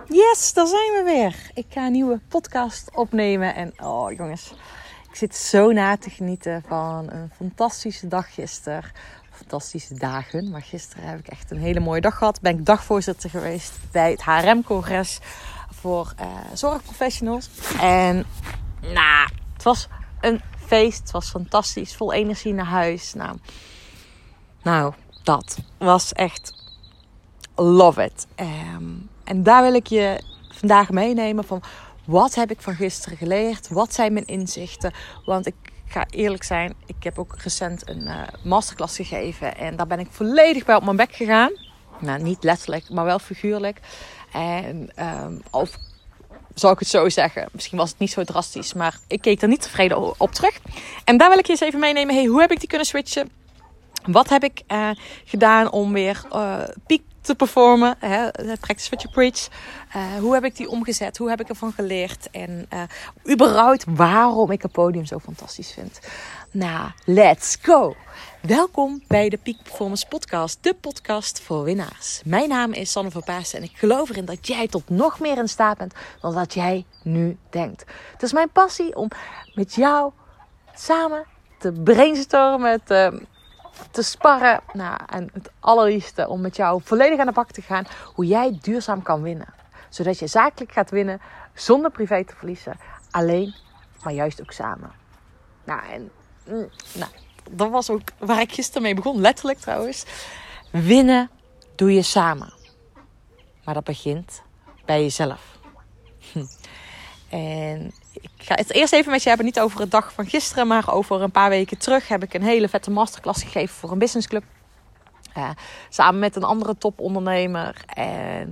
Yes, daar zijn we weer. Ik ga een nieuwe podcast opnemen. En oh jongens, ik zit zo na te genieten van een fantastische dag gisteren. Fantastische dagen, maar gisteren heb ik echt een hele mooie dag gehad. Ben ik dagvoorzitter geweest bij het HRM-congres voor zorgprofessionals. En het was een feest. Het was fantastisch, vol energie naar huis. Nou, dat was echt love it. En daar wil ik je vandaag meenemen van wat heb ik van gisteren geleerd? Wat zijn mijn inzichten? Want ik ga eerlijk zijn, ik heb ook recent een masterclass gegeven. En daar ben ik volledig bij op mijn bek gegaan. Nou, niet letterlijk, maar wel figuurlijk. En of zal ik het zo zeggen? Misschien was het niet zo drastisch, maar ik keek er niet tevreden op terug. En daar wil ik je eens even meenemen. Hey, hoe heb ik die kunnen switchen? Wat heb ik gedaan om weer piek te performen? Practice what you preach. Hoe heb ik die omgezet? Hoe heb ik ervan geleerd? En überhaupt waarom ik het podium zo fantastisch vind. Nou, let's go! Welkom bij de Peak Performance Podcast. De podcast voor winnaars. Mijn naam is Sanne van Paassen en ik geloof erin dat jij tot nog meer in staat bent dan dat jij nu denkt. Het is mijn passie om met jou samen te brainstormen, te sparren. En het allerliefste om met jou volledig aan de bak te gaan hoe jij duurzaam kan winnen. Zodat je zakelijk gaat winnen zonder privé te verliezen. Alleen, maar juist ook samen. Dat was ook waar ik gisteren mee begon. Letterlijk trouwens. Winnen doe je samen. Maar dat begint bij jezelf. En ik ga het eerst even met je hebben, niet over de dag van gisteren, maar over een paar weken terug heb ik een hele vette masterclass gegeven voor een businessclub. Samen met een andere topondernemer. En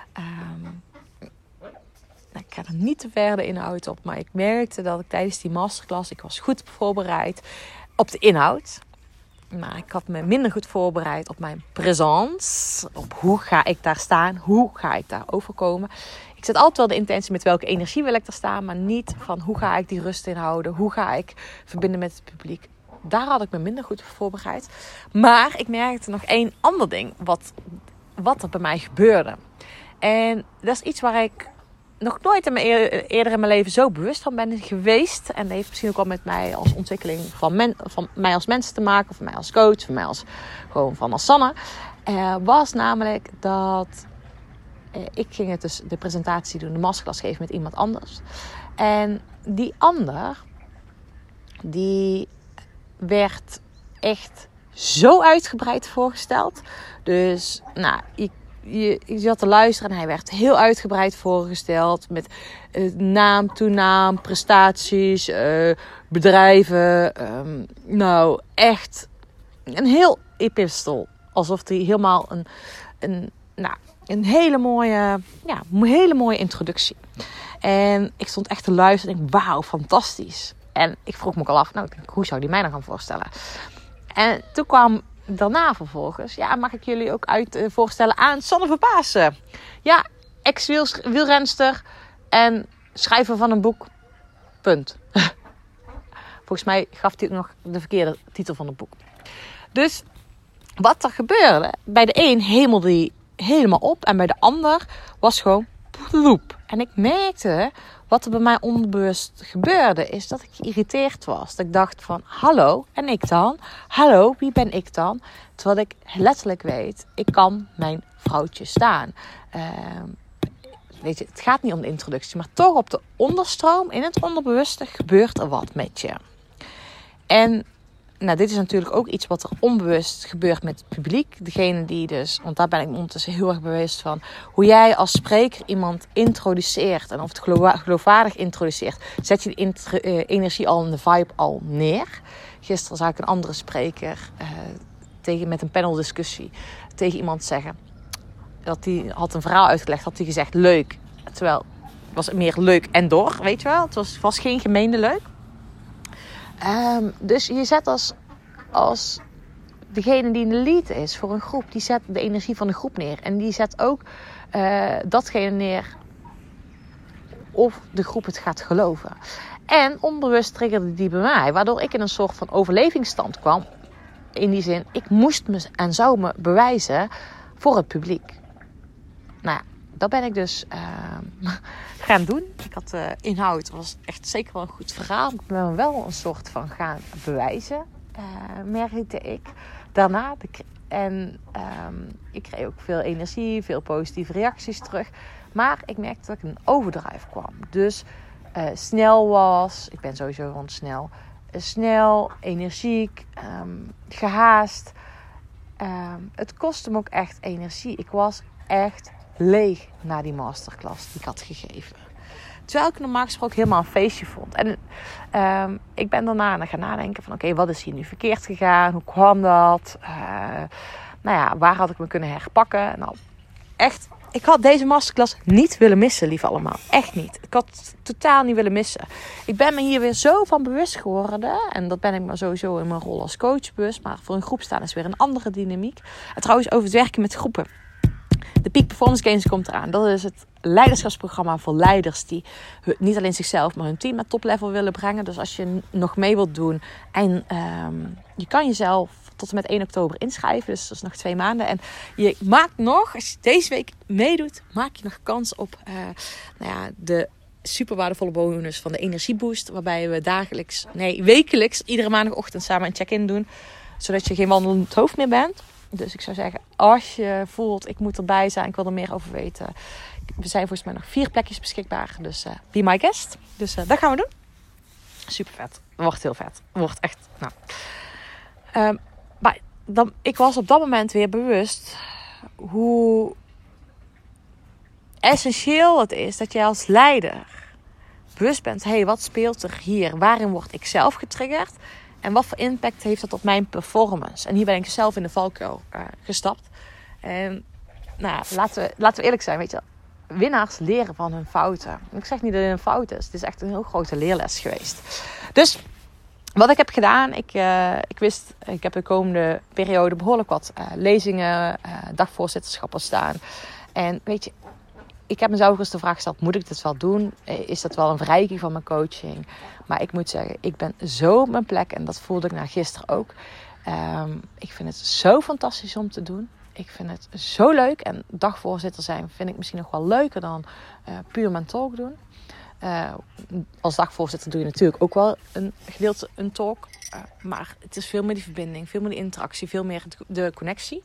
ik ga er niet te ver de inhoud op, maar ik merkte dat ik tijdens die masterclass, ik was goed voorbereid op de inhoud. Maar ik had me minder goed voorbereid op mijn presence. Op hoe ga ik daar staan? Hoe ga ik daar overkomen? Ik zet altijd wel de intentie met welke energie wil ik daar staan. Maar niet van hoe ga ik die rust inhouden? Hoe ga ik verbinden met het publiek? Daar had ik me minder goed voor voorbereid. Maar ik merkte nog één ander ding. Wat er bij mij gebeurde. En dat is iets waar ik nog nooit eerder in mijn leven zo bewust van ben geweest. En dat heeft misschien ook wel met mij als ontwikkeling van mij als mens te maken. Van mij als coach. Van mij als Sanne. Was namelijk dat ik ging het dus de presentatie doen. De masterclass geven met iemand anders. En die ander. Die werd echt zo uitgebreid voorgesteld. Dus je zat te luisteren en hij werd heel uitgebreid voorgesteld. Met naam, toenaam, prestaties, bedrijven. Echt een heel epistel. Alsof hij helemaal een hele mooie introductie. En ik stond echt te luisteren en ik wauw, fantastisch. En ik vroeg me ook al af, hoe zou die mij dan gaan voorstellen? En toen kwam daarna vervolgens, mag ik jullie ook voorstellen aan Sanne van Paassen. Ja, ex-wielrenster en schrijver van een boek. Punt. Volgens mij gaf hij ook nog de verkeerde titel van het boek. Dus wat er gebeurde, bij de een hemelde hij helemaal op en bij de ander was gewoon ploep. En ik merkte, wat er bij mij onbewust gebeurde, is dat ik geïrriteerd was. Dat ik dacht van, hallo, en ik dan? Hallo, wie ben ik dan? Terwijl ik letterlijk weet, ik kan mijn vrouwtje staan. Het gaat niet om de introductie, maar toch op de onderstroom, in het onderbewuste, gebeurt er wat met je. En dit is natuurlijk ook iets wat er onbewust gebeurt met het publiek. Degene die dus, want daar ben ik me ondertussen heel erg bewust van. Hoe jij als spreker iemand introduceert. En of het geloofwaardig introduceert. Zet je de energie al en de vibe al neer. Gisteren zag ik een andere spreker met een paneldiscussie tegen iemand zeggen. Dat die had een verhaal uitgelegd. Had hij gezegd leuk. Terwijl het was meer leuk en door. Weet je wel. Het was geen gemeende leuk. Dus je zet als degene die in de lead is voor een groep, die zet de energie van de groep neer. En die zet ook datgene neer of de groep het gaat geloven. En onbewust triggerde die bij mij, waardoor ik in een soort van overlevingsstand kwam. In die zin, ik moest me en zou me bewijzen voor het publiek. dat ben ik dus gaan doen. Ik had inhoud, was echt zeker wel een goed verhaal. Ik ben me wel een soort van gaan bewijzen, merkte ik. Daarna, ik kreeg ook veel energie, veel positieve reacties terug. Maar ik merkte dat ik in een overdrive kwam. Dus snel was, ik ben sowieso gewoon snel. Snel, energiek, gehaast. Het kostte me ook echt energie. Ik was echt leeg na die masterclass die ik had gegeven. Terwijl ik normaal gesproken helemaal een feestje vond. En ik ben daarna gaan nadenken van oké, wat is hier nu verkeerd gegaan? Hoe kwam dat? Waar had ik me kunnen herpakken? Nou, echt, ik had deze masterclass niet willen missen, lieve allemaal. Echt niet. Ik had het totaal niet willen missen. Ik ben me hier weer zo van bewust geworden. En dat ben ik me sowieso in mijn rol als coach bewust. Maar voor een groep staan is weer een andere dynamiek. En trouwens, over het werken met groepen. De Peak Performance Games komt eraan. Dat is het leiderschapsprogramma voor leiders die niet alleen zichzelf, maar hun team naar toplevel willen brengen. Dus als je nog mee wilt doen en je kan jezelf tot en met 1 oktober inschrijven. Dus dat is nog 2 maanden. En je maakt nog, als je deze week meedoet, maak je nog kans op de super waardevolle bonus van de Energieboost. Waarbij we wekelijks, iedere maandagochtend samen een check-in doen. Zodat je geen wandelend hoofd meer bent. Dus ik zou zeggen, als je voelt, ik moet erbij zijn, ik wil er meer over weten. We zijn volgens mij nog 4 plekjes beschikbaar. Dus be my guest. Dus dat gaan we doen. Super vet. Wordt heel vet. Wordt echt, maar ik was op dat moment weer bewust hoe essentieel het is dat jij als leider bewust bent. Hé, wat speelt er hier? Waarin word ik zelf getriggerd? En wat voor impact heeft dat op mijn performance? En hier ben ik zelf in de valkuil gestapt. En laten we eerlijk zijn, weet je. Winnaars leren van hun fouten. Ik zeg niet dat het een fout is. Het is echt een heel grote leerles geweest. Dus wat ik heb gedaan, ik wist, ik heb de komende periode behoorlijk wat lezingen, dagvoorzitterschappen staan. En weet je, ik heb mezelf eens de vraag gesteld, moet ik dit wel doen? Is dat wel een verrijking van mijn coaching? Maar ik moet zeggen, ik ben zo op mijn plek. En dat voelde ik na gisteren ook. Ik vind het zo fantastisch om te doen. Ik vind het zo leuk. En dagvoorzitter zijn vind ik misschien nog wel leuker dan puur mijn talk doen. Als dagvoorzitter doe je natuurlijk ook wel een gedeelte een talk. Maar het is veel meer die verbinding, veel meer die interactie, veel meer de connectie.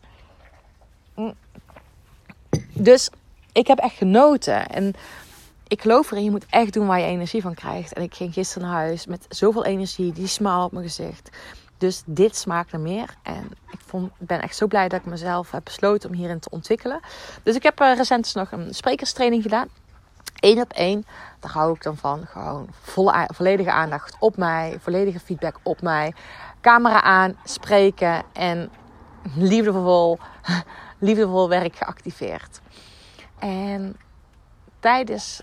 Dus ik heb echt genoten. En ik geloof erin, je moet echt doen waar je energie van krijgt. En ik ging gisteren naar huis met zoveel energie, die smile op mijn gezicht. Dus dit smaakt naar meer. En ik ben echt zo blij dat ik mezelf heb besloten om hierin te ontwikkelen. Dus ik heb recent dus nog een sprekerstraining gedaan. 1 op 1. Daar hou ik dan van. Gewoon volledige aandacht op mij. Volledige feedback op mij. Camera aan, spreken en liefdevol werk geactiveerd. En tijdens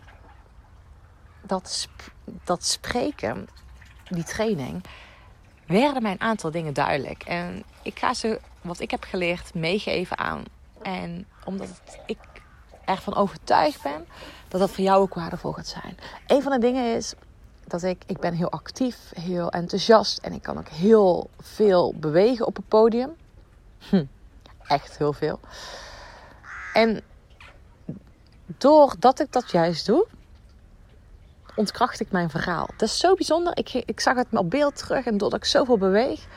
dat spreken, die training, werden mij een aantal dingen duidelijk. En ik ga ze, wat ik heb geleerd, meegeven aan. En omdat ik ervan overtuigd ben dat dat voor jou ook waardevol gaat zijn. Een van de dingen is dat ik ben heel actief, heel enthousiast. En ik kan ook heel veel bewegen op het podium. Echt heel veel. En doordat ik dat juist doe, ontkracht ik mijn verhaal. Dat is zo bijzonder. Ik zag het op beeld terug. En doordat ik zoveel beweeg,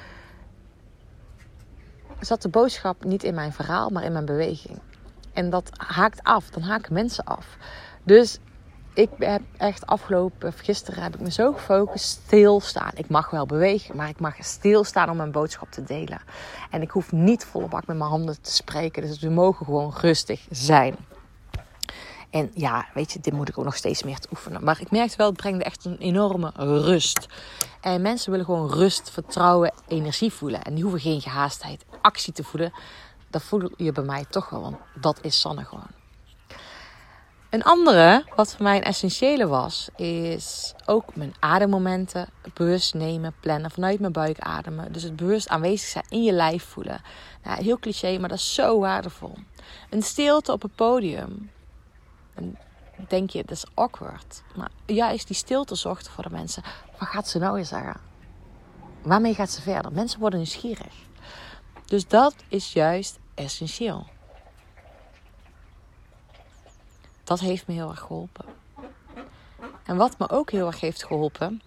zat de boodschap niet in mijn verhaal, maar in mijn beweging. En dat haakt af. Dan haken mensen af. Dus ik heb echt gisteren heb ik me zo gefocust, stilstaan. Ik mag wel bewegen, maar ik mag stilstaan om mijn boodschap te delen. En ik hoef niet volle bak met mijn handen te spreken. Dus we mogen gewoon rustig zijn. En ja, weet je, dit moet ik ook nog steeds meer te oefenen. Maar ik merkte wel, het brengt echt een enorme rust. En mensen willen gewoon rust, vertrouwen, energie voelen. En die hoeven geen gehaastheid, actie te voelen. Dat voel je bij mij toch wel, want dat is Sanne gewoon. Een andere, wat voor mij een essentiële was, is ook mijn ademmomenten bewust nemen, plannen, vanuit mijn buik ademen. Dus het bewust aanwezig zijn in je lijf voelen. Nou, heel cliché, maar dat is zo waardevol. Een stilte op het podium. En denk je, dat is awkward. Maar juist die stilte zorgt voor de mensen. Wat gaat ze nou weer zeggen? Waarmee gaat ze verder? Mensen worden nieuwsgierig. Dus dat is juist essentieel. dat heeft me heel erg geholpen. En wat me ook heel erg heeft geholpen,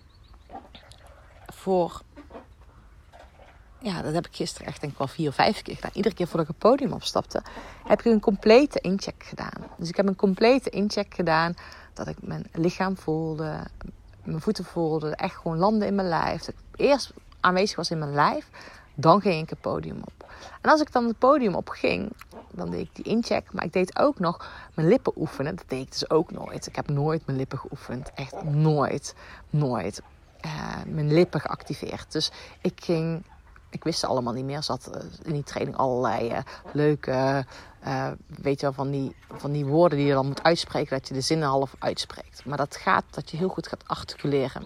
dat heb ik gisteren echt denk ik wel 4 of 5 keer gedaan. Iedere keer voordat ik het podium opstapte, heb ik een complete incheck gedaan. Dus ik heb een complete incheck gedaan, dat ik mijn lichaam voelde, mijn voeten voelde, echt gewoon landde in mijn lijf. Dat ik eerst aanwezig was in mijn lijf, dan ging ik het podium op. En als ik dan het podium op ging, dan deed ik die incheck. Maar ik deed ook nog mijn lippen oefenen. Dat deed ik dus ook nooit. Ik heb nooit mijn lippen geoefend. Echt nooit mijn lippen geactiveerd. Dus ik wist ze allemaal niet meer. Zat in die training allerlei leuke, weet je wel, van die woorden die je dan moet uitspreken. Dat je de zinnen half uitspreekt. Maar dat je heel goed gaat articuleren.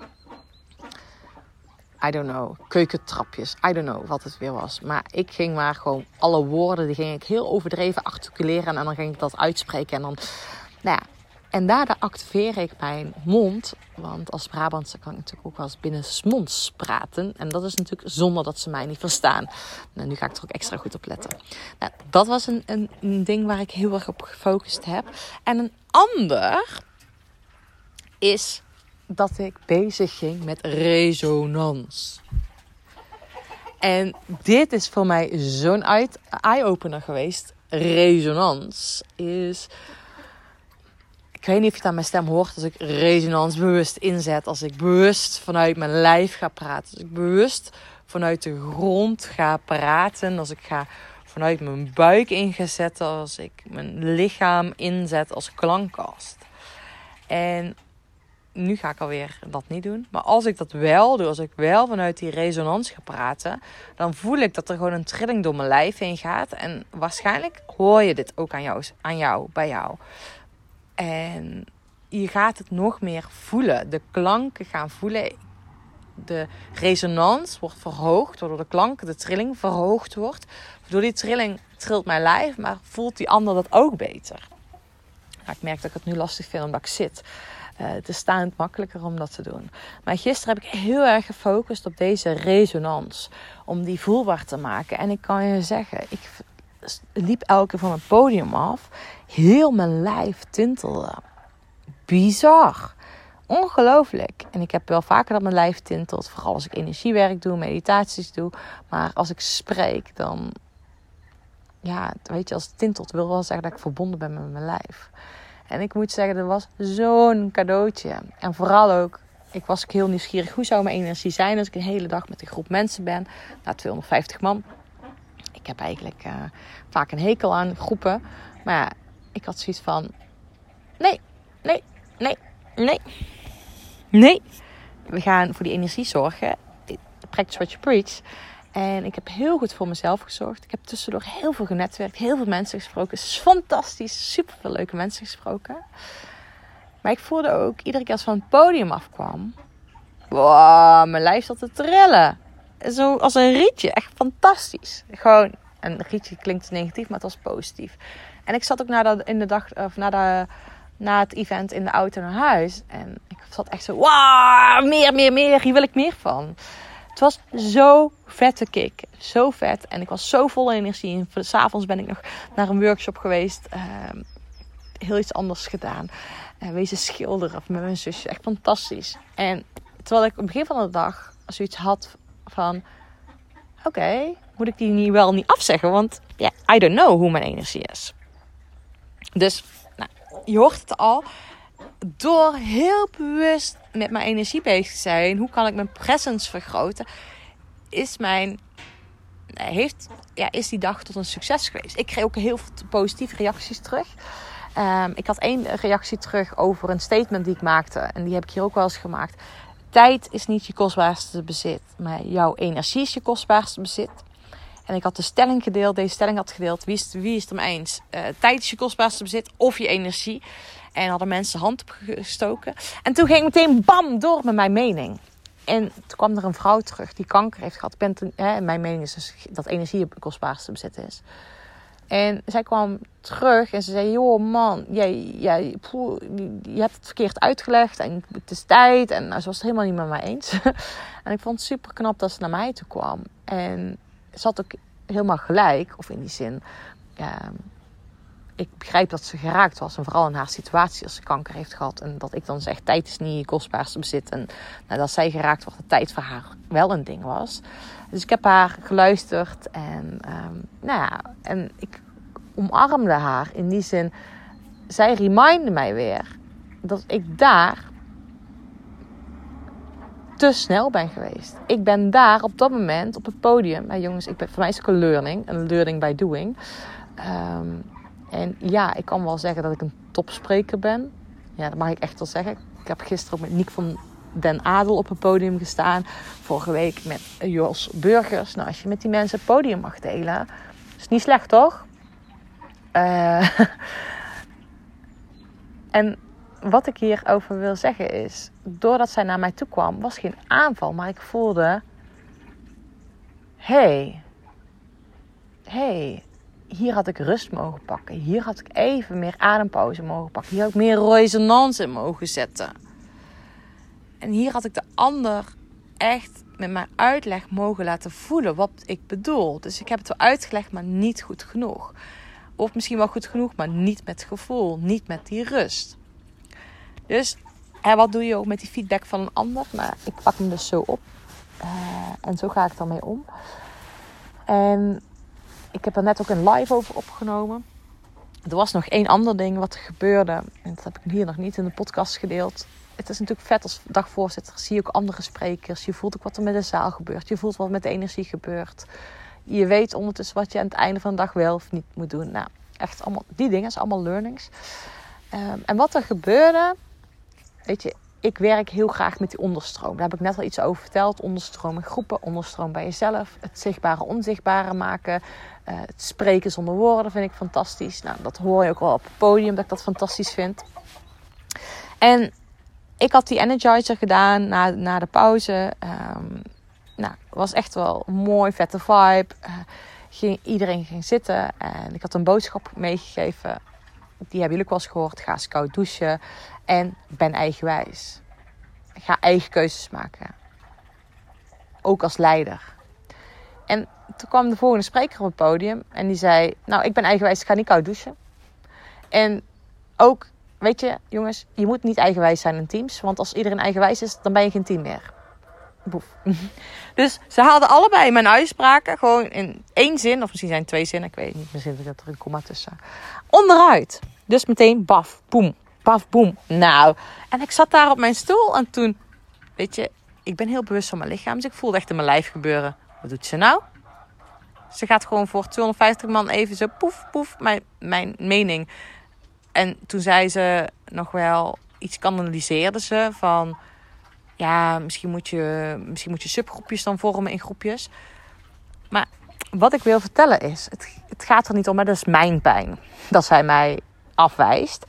I don't know, keukentrapjes, I don't know wat het weer was. Maar ik ging maar gewoon alle woorden, die ging ik heel overdreven articuleren. En dan ging ik dat uitspreken. En dan, en daardoor activeer ik mijn mond. Want als Brabantse kan ik natuurlijk ook wel eens binnensmonds praten. En dat is natuurlijk zonder dat ze mij niet verstaan. Nou, nu ga ik er ook extra goed op letten. Nou, dat was een ding waar ik heel erg op gefocust heb. En een ander is dat ik bezig ging met resonans. En dit is voor mij zo'n eye-opener geweest. Resonans is... Ik weet niet of je het aan mijn stem hoort als ik resonans bewust inzet. Als ik bewust vanuit mijn lijf ga praten. Als ik bewust vanuit de grond ga praten. Als ik ga vanuit mijn buik in ga zetten. Als ik mijn lichaam inzet als klankkast. En nu ga ik alweer dat niet doen. Maar als ik dat wel doe, als ik wel vanuit die resonans ga praten, dan voel ik dat er gewoon een trilling door mijn lijf heen gaat. En waarschijnlijk hoor je dit ook bij jou. En je gaat het nog meer voelen. De klanken gaan voelen. De resonans wordt verhoogd, waardoor de klanken, de trilling verhoogd wordt. Door die trilling trilt mijn lijf, maar voelt die ander dat ook beter. Nou, ik merk dat ik het nu lastig vind omdat ik zit. Het is staand makkelijker om dat te doen. Maar gisteren heb ik heel erg gefocust op deze resonans. Om die voelbaar te maken. En ik kan je zeggen, ik liep elke keer van het podium af. Heel mijn lijf tintelde. Bizar. Ongelooflijk. En ik heb wel vaker dat mijn lijf tintelt. Vooral als ik energiewerk doe, meditaties doe. Maar als ik spreek, dan... Ja, weet je, als het tintelt wil wel zeggen dat ik verbonden ben met mijn lijf. En ik moet zeggen, dat was zo'n cadeautje. En vooral ook, ik was ook heel nieuwsgierig. Hoe zou mijn energie zijn als ik een hele dag met een groep mensen ben? 250 man. Ik heb eigenlijk vaak een hekel aan groepen. Maar ja, ik had zoiets van... Nee. We gaan voor die energie zorgen. Practice what you preach. En ik heb heel goed voor mezelf gezorgd. Ik heb tussendoor heel veel genetwerkt. Heel veel mensen gesproken. Het is fantastisch. Super veel leuke mensen gesproken. Maar ik voelde ook, iedere keer als ik van het podium afkwam... Wow, mijn lijf zat te trillen. Zo als een rietje. Echt fantastisch. Gewoon, een rietje klinkt negatief, maar het was positief. En ik zat ook na het event in de auto naar huis. En ik zat echt zo... Wow, meer. Hier wil ik meer van. Het was zo vette kick. Zo vet. En ik was zo vol energie. En 's avonds ben ik nog naar een workshop geweest. Heel iets anders gedaan. Wezen schilderen met mijn zusje. Echt fantastisch. En terwijl ik op het begin van de dag zoiets had van... Oké, moet ik die niet afzeggen? Want I don't know hoe mijn energie is. Dus, je hoort het al. Door heel bewust met mijn energie bezig te zijn, hoe kan ik mijn presence vergroten, is die dag tot een succes geweest. Ik kreeg ook heel veel positieve reacties terug. Ik had 1 reactie terug over een statement die ik maakte. En die heb ik hier ook wel eens gemaakt. Tijd is niet je kostbaarste bezit, maar jouw energie is je kostbaarste bezit. En ik had de stelling gedeeld, deze stelling had gedeeld. Wie is het er mee eens? Tijd is je kostbaarste bezit of je energie. En hadden mensen hand opgestoken. En toen ging ik meteen bam door met mijn mening. En toen kwam er een vrouw terug die kanker heeft gehad. Mijn mening is dus dat energie het kostbaarste bezit is. En zij kwam terug en ze zei... Joh man, je hebt het verkeerd uitgelegd. En het is tijd. En ze was het helemaal niet met mij eens. En ik vond het super knap dat ze naar mij toe kwam. En ze had ook helemaal gelijk. Of in die zin... ik begrijp dat ze geraakt was. En vooral in haar situatie als ze kanker heeft gehad. En dat ik dan zeg, tijd is niet je kostbaarste bezit. En dat zij geraakt wordt, dat tijd voor haar wel een ding was. Dus ik heb haar geluisterd. En, en ik omarmde haar. In die zin, zij remindde mij weer dat ik daar te snel ben geweest. Ik ben daar op dat moment op het podium. Jongens, voor mij is het ook een learning by doing. En ja, ik kan wel zeggen dat ik een topspreker ben. Ja, dat mag ik echt wel zeggen. Ik heb gisteren ook met Niek van den Adel op het podium gestaan. Vorige week met Jos Burgers. Nou, als je met die mensen het podium mag delen, is niet slecht, toch? En wat ik hierover wil zeggen is, doordat zij naar mij toe kwam, was geen aanval, maar ik voelde, hey, hier had ik rust mogen pakken. Hier had ik even meer adempauze mogen pakken. Hier had ik meer resonance in mogen zetten. En hier had ik de ander echt met mijn uitleg mogen laten voelen wat ik bedoel. Dus ik heb het wel uitgelegd, maar niet goed genoeg. Of misschien wel goed genoeg, maar niet met gevoel. Niet met die rust. Dus wat doe je ook met die feedback van een ander? Nou, ik pak hem dus zo op. En zo ga ik ermee om. En ik heb er net ook een live over opgenomen. Er was nog één ander ding wat er gebeurde. En dat heb ik hier nog niet in de podcast gedeeld. Het is natuurlijk vet als dagvoorzitter. Zie je ook andere sprekers. Je voelt ook wat er met de zaal gebeurt. Je voelt wat met de energie gebeurt. Je weet ondertussen wat je aan het einde van de dag wel of niet moet doen. Nou, echt allemaal die dingen. zijn allemaal learnings. En wat er gebeurde. Weet je, ik werk heel graag met die onderstroom. Daar heb ik net al iets over verteld. Onderstroom in groepen, onderstroom bij jezelf. Het zichtbare onzichtbare maken. Het spreken zonder woorden vind ik fantastisch. Nou, dat hoor je ook wel op het podium dat ik dat fantastisch vind. En ik had die energizer gedaan na de pauze. Was echt wel een mooi, vette vibe. Iedereen ging zitten. En ik had een boodschap meegegeven. Die hebben jullie ook wel eens gehoord. Ga eens koud douchen. En ben eigenwijs. Ga eigen keuzes maken. Ook als leider. En toen kwam de volgende spreker op het podium. En die zei, nou, ik ben eigenwijs, ik ga niet koud douchen. En ook, weet je, jongens, je moet niet eigenwijs zijn in teams. Want als iedereen eigenwijs is, dan ben je geen team meer. Boef. Dus ze haalden allebei mijn uitspraken gewoon in 1 zin. Of misschien zijn het 2 zinnen, ik weet niet. Misschien zit er een komma tussen. Onderuit. Dus meteen baf, boem. Baf, boem. Nou, en ik zat daar op mijn stoel. En toen, weet je, ik ben heel bewust van mijn lichaam. Dus ik voelde echt in mijn lijf gebeuren. Wat doet ze nou? Ze gaat gewoon voor 250 man even zo poef, poef. Mijn mening. En toen zei ze nog wel, iets kanaliseerde ze van, ja, misschien moet je subgroepjes dan vormen in groepjes. Maar wat ik wil vertellen is, het gaat er niet om, maar dat is mijn pijn. Dat zij mij afwijst.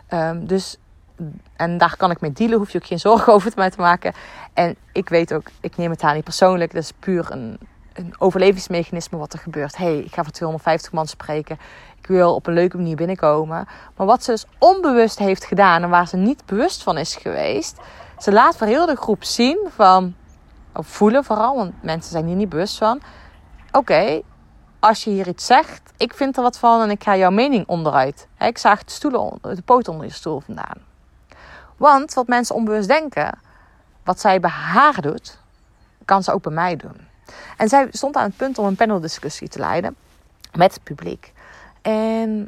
En daar kan ik mee dealen, hoef je ook geen zorgen over mij te maken. En ik weet ook, ik neem het haar niet persoonlijk. Dat is puur een overlevingsmechanisme wat er gebeurt. Ik ga voor 250 man spreken. Ik wil op een leuke manier binnenkomen. Maar wat ze dus onbewust heeft gedaan en waar ze niet bewust van is geweest. Ze laat voor heel de groep zien van, of voelen vooral, want mensen zijn hier niet bewust van. Oké, als je hier iets zegt, ik vind er wat van en ik ga jouw mening onderuit. Ik zaag de poot onder je stoel vandaan. Want wat mensen onbewust denken, wat zij bij haar doet, kan ze ook bij mij doen. En zij stond aan het punt om een paneldiscussie te leiden met het publiek. En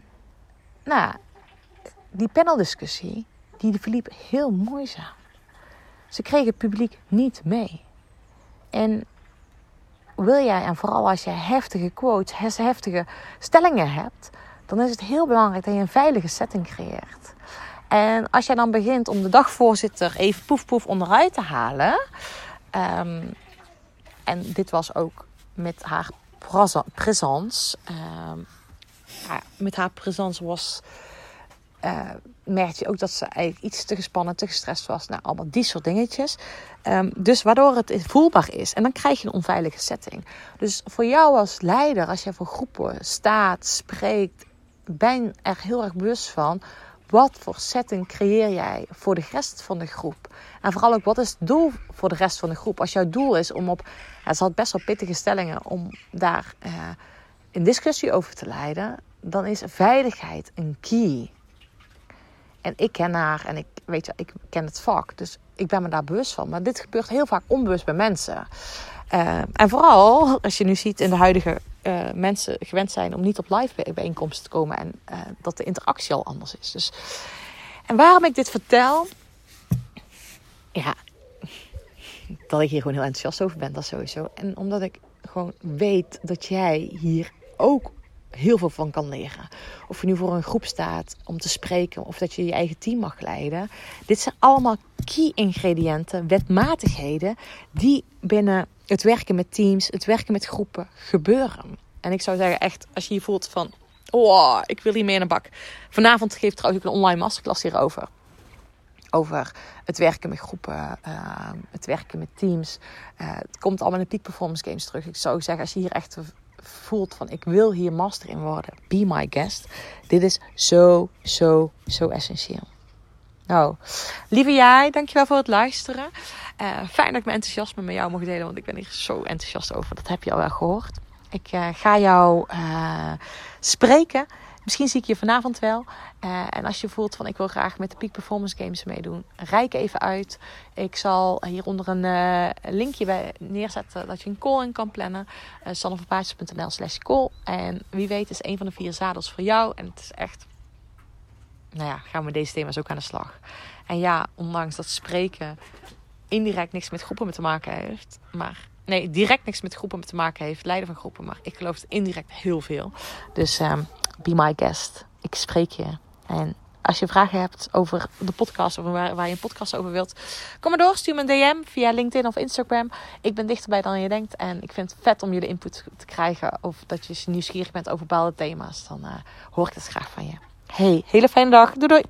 die paneldiscussie, die verliep heel moeizaam. Ze kregen het publiek niet mee. En wil jij, en vooral als je heftige quotes, heftige stellingen hebt, dan is het heel belangrijk dat je een veilige setting creëert. En als jij dan begint om de dagvoorzitter even poef poef onderuit te halen. En dit was ook met haar presence. Met haar presence was, merkte je ook dat ze eigenlijk iets te gespannen, te gestrest was. Nou, allemaal die soort dingetjes. Dus waardoor het voelbaar is. En dan krijg je een onveilige setting. Dus voor jou als leider, als jij voor groepen staat, spreekt, ben er heel erg bewust van. Wat voor setting creëer jij voor de rest van de groep? En vooral ook, wat is het doel voor de rest van de groep? Als jouw doel is om ze had best wel pittige stellingen, om daar een discussie over te leiden. dan is veiligheid een key. En ik ken haar en ik ken het vak. Dus ik ben me daar bewust van. Maar dit gebeurt heel vaak onbewust bij mensen. En vooral als je nu ziet in de huidige mensen gewend zijn om niet op live bijeenkomsten te komen. En dat de interactie al anders is. Dus, en waarom ik dit vertel? Ja, dat ik hier gewoon heel enthousiast over ben, dat sowieso. En omdat ik gewoon weet dat jij hier ook heel veel van kan leren. Of je nu voor een groep staat om te spreken, of dat je je eigen team mag leiden. Dit zijn allemaal key ingrediënten, wetmatigheden, die binnen het werken met teams, het werken met groepen gebeuren. En ik zou zeggen echt, als je je voelt van, oh, ik wil hier mee in de bak. Vanavond geef ik trouwens ook een online masterclass hierover. Over het werken met groepen, het werken met teams. Het komt allemaal in de Peak Performance Games terug. Ik zou zeggen, als je hier echt voelt van ik wil hier master in worden, be my guest. Dit is zo essentieel. Nou, lieve jij, dankjewel voor het luisteren. Fijn dat ik mijn enthousiasme met jou mag delen, want ik ben hier zo enthousiast over. Dat heb je al wel gehoord. Ik ga jou spreken. Misschien zie ik je vanavond wel. En als je voelt van ik wil graag met de Peak Performance Games meedoen, reik even uit. Ik zal hieronder een linkje bij neerzetten dat je een call in kan plannen. sanneverpaasjes.nl/call. En wie weet is een van de 4 zadels voor jou. En het is echt, gaan we met deze thema's ook aan de slag. En ja, ondanks dat spreken indirect niks met groepen te maken heeft. Direct niks met groepen te maken heeft. Leiden van groepen. Maar ik geloof het indirect heel veel. Dus be my guest. Ik spreek je. En als je vragen hebt over de podcast, of waar je een podcast over wilt, kom maar door. Stuur me een DM via LinkedIn of Instagram. Ik ben dichterbij dan je denkt. En ik vind het vet om jullie input te krijgen. Of dat je nieuwsgierig bent over bepaalde thema's. Dan hoor ik het graag van je. Hey, hele fijne dag. Doei doei.